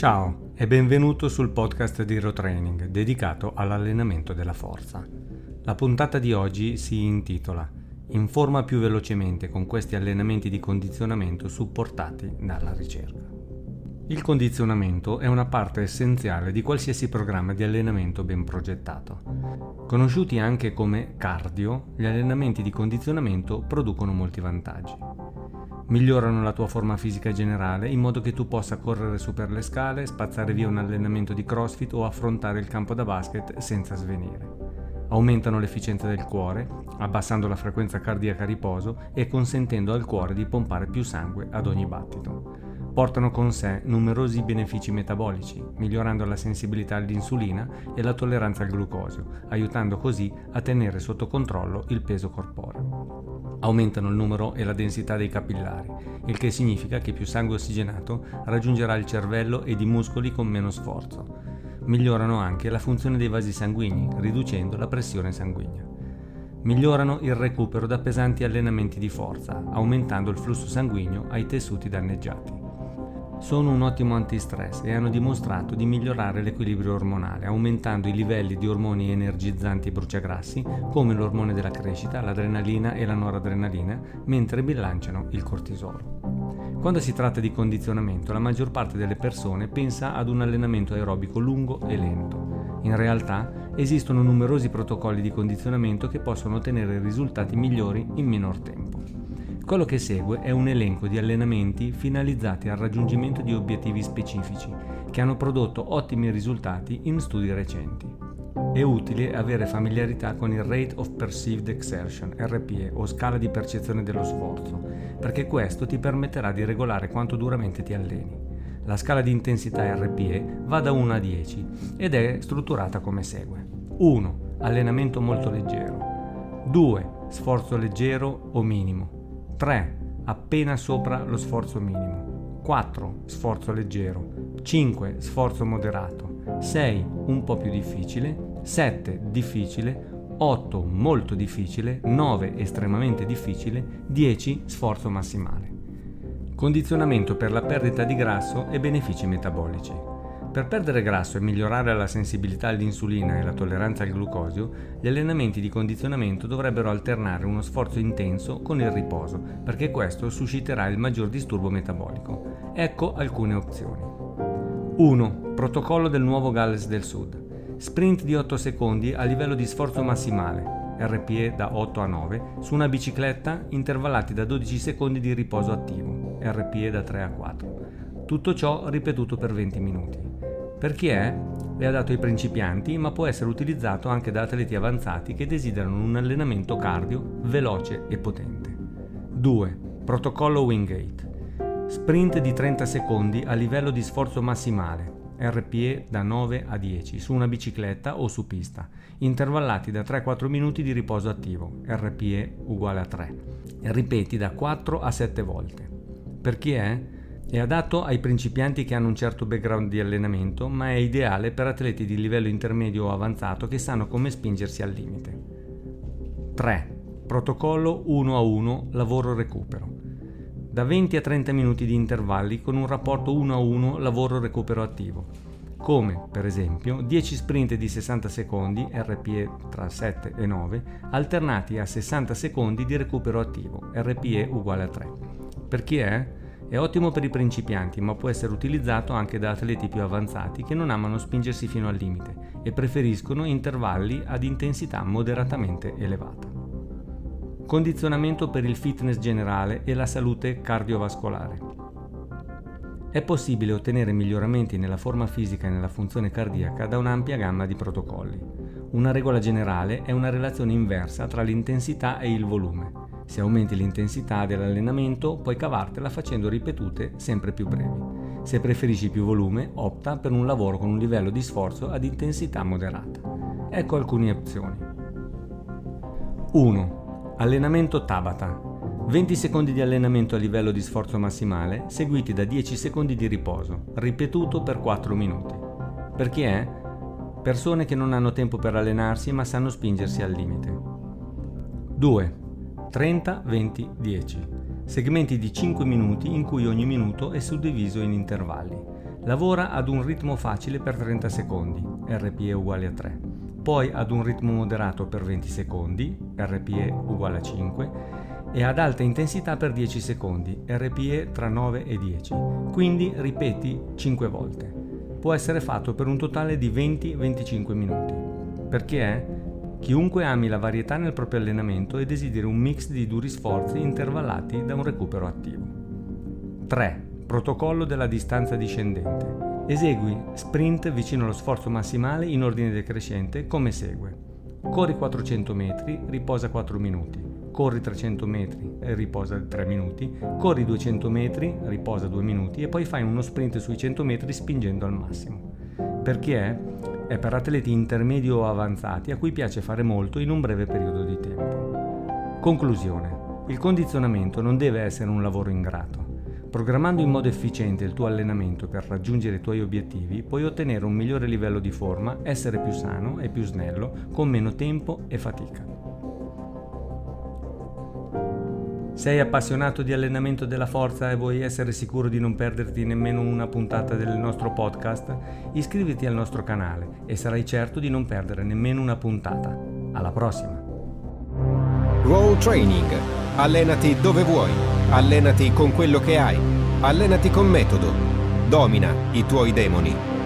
Ciao e benvenuto sul podcast di Rotraining dedicato all'allenamento della forza. La puntata di oggi si intitola Informa più velocemente con questi allenamenti di condizionamento supportati dalla ricerca. Il condizionamento è una parte essenziale di qualsiasi programma di allenamento ben progettato. Conosciuti anche come cardio, gli allenamenti di condizionamento producono molti vantaggi. Migliorano la tua forma fisica generale in modo che tu possa correre su per le scale, spazzare via un allenamento di CrossFit o affrontare il campo da basket senza svenire. Aumentano l'efficienza del cuore, abbassando la frequenza cardiaca a riposo e consentendo al cuore di pompare più sangue ad ogni battito. Portano con sé numerosi benefici metabolici, migliorando la sensibilità all'insulina e la tolleranza al glucosio, aiutando così a tenere sotto controllo il peso corporeo. Aumentano il numero e la densità dei capillari, il che significa che più sangue ossigenato raggiungerà il cervello ed i muscoli con meno sforzo. Migliorano anche la funzione dei vasi sanguigni, riducendo la pressione sanguigna. Migliorano il recupero da pesanti allenamenti di forza, aumentando il flusso sanguigno ai tessuti danneggiati. Sono un ottimo antistress e hanno dimostrato di migliorare l'equilibrio ormonale, aumentando i livelli di ormoni energizzanti e bruciagrassi, come l'ormone della crescita, l'adrenalina e la noradrenalina, mentre bilanciano il cortisolo. Quando si tratta di condizionamento, la maggior parte delle persone pensa ad un allenamento aerobico lungo e lento. In realtà, esistono numerosi protocolli di condizionamento che possono ottenere risultati migliori in minor tempo. Quello che segue è un elenco di allenamenti finalizzati al raggiungimento di obiettivi specifici che hanno prodotto ottimi risultati in studi recenti. È utile avere familiarità con il Rate of Perceived Exertion, RPE, o scala di percezione dello sforzo, perché questo ti permetterà di regolare quanto duramente ti alleni. La scala di intensità RPE va da 1 a 10 ed è strutturata come segue. 1. Allenamento molto leggero. 2. Sforzo leggero o minimo. 3. Appena sopra lo sforzo minimo. 4. Sforzo leggero. 5. Sforzo moderato. 6. Un po' più difficile. 7. Difficile. 8. Molto difficile. 9. Estremamente difficile. 10. Sforzo massimale. Condizionamento per la perdita di grasso e benefici metabolici. Per perdere grasso e migliorare la sensibilità all'insulina e la tolleranza al glucosio, gli allenamenti di condizionamento dovrebbero alternare uno sforzo intenso con il riposo, perché questo susciterà il maggior disturbo metabolico. Ecco alcune opzioni. 1. Protocollo del Nuovo Galles del Sud. Sprint di 8 secondi a livello di sforzo massimale, RPE da 8 a 9, su una bicicletta intervallati da 12 secondi di riposo attivo, RPE da 3 a 4. Tutto ciò ripetuto per 20 minuti. Per chi è adatto ai principianti, ma può essere utilizzato anche da atleti avanzati che desiderano un allenamento cardio veloce e potente. 2. Protocollo Wingate. Sprint di 30 secondi a livello di sforzo massimale, RPE da 9 a 10, su una bicicletta o su pista, intervallati da 3-4 minuti di riposo attivo, RPE uguale a 3, e ripeti da 4 a 7 volte. Per chi è adatto ai principianti che hanno un certo background di allenamento, ma è ideale per atleti di livello intermedio o avanzato che sanno come spingersi al limite. 3. Protocollo 1 a 1 lavoro-recupero. Da 20 a 30 minuti di intervalli con un rapporto 1 a 1 lavoro-recupero attivo, come per esempio 10 sprint di 60 secondi, RPE tra 7 e 9, alternati a 60 secondi di recupero attivo, RPE uguale a 3. Per chi è ottimo per i principianti, ma può essere utilizzato anche da atleti più avanzati che non amano spingersi fino al limite e preferiscono intervalli ad intensità moderatamente elevata. Condizionamento per il fitness generale e la salute cardiovascolare. È possibile ottenere miglioramenti nella forma fisica e nella funzione cardiaca da un'ampia gamma di protocolli. Una regola generale è una relazione inversa tra l'intensità e il volume. Se aumenti l'intensità dell'allenamento, puoi cavartela facendo ripetute sempre più brevi. Se preferisci più volume, opta per un lavoro con un livello di sforzo ad intensità moderata. Ecco alcune opzioni. 1. Allenamento Tabata. 20 secondi di allenamento a livello di sforzo massimale, seguiti da 10 secondi di riposo, ripetuto per 4 minuti. Per chi è? Persone che non hanno tempo per allenarsi ma sanno spingersi al limite. 2. 30-20-10. Segmenti di 5 minuti in cui ogni minuto è suddiviso in intervalli. Lavora ad un ritmo facile per 30 secondi, RPE uguale a 3, poi ad un ritmo moderato per 20 secondi, RPE uguale a 5, e ad alta intensità per 10 secondi, RPE tra 9 e 10. Quindi ripeti 5 volte. Può essere fatto per un totale di 20-25 minuti. Perché chiunque ami la varietà nel proprio allenamento e desideri un mix di duri sforzi intervallati da un recupero attivo. 3. Protocollo della distanza discendente. Esegui sprint vicino allo sforzo massimale in ordine decrescente come segue. Corri 400 metri, riposa 4 minuti. Corri 300 metri e riposa 3 minuti. Corri 200 metri, riposa 2 minuti e poi fai uno sprint sui 100 metri spingendo al massimo. Perché è per atleti intermedi o avanzati a cui piace fare molto in un breve periodo di tempo. Conclusione. Il condizionamento non deve essere un lavoro ingrato. Programmando in modo efficiente il tuo allenamento per raggiungere i tuoi obiettivi, puoi ottenere un migliore livello di forma, essere più sano e più snello, con meno tempo e fatica. Sei appassionato di allenamento della forza e vuoi essere sicuro di non perderti nemmeno una puntata del nostro podcast? Iscriviti al nostro canale e sarai certo di non perdere nemmeno una puntata. Alla prossima! Raw Training. Allenati dove vuoi. Allenati con quello che hai. Allenati con metodo. Domina i tuoi demoni.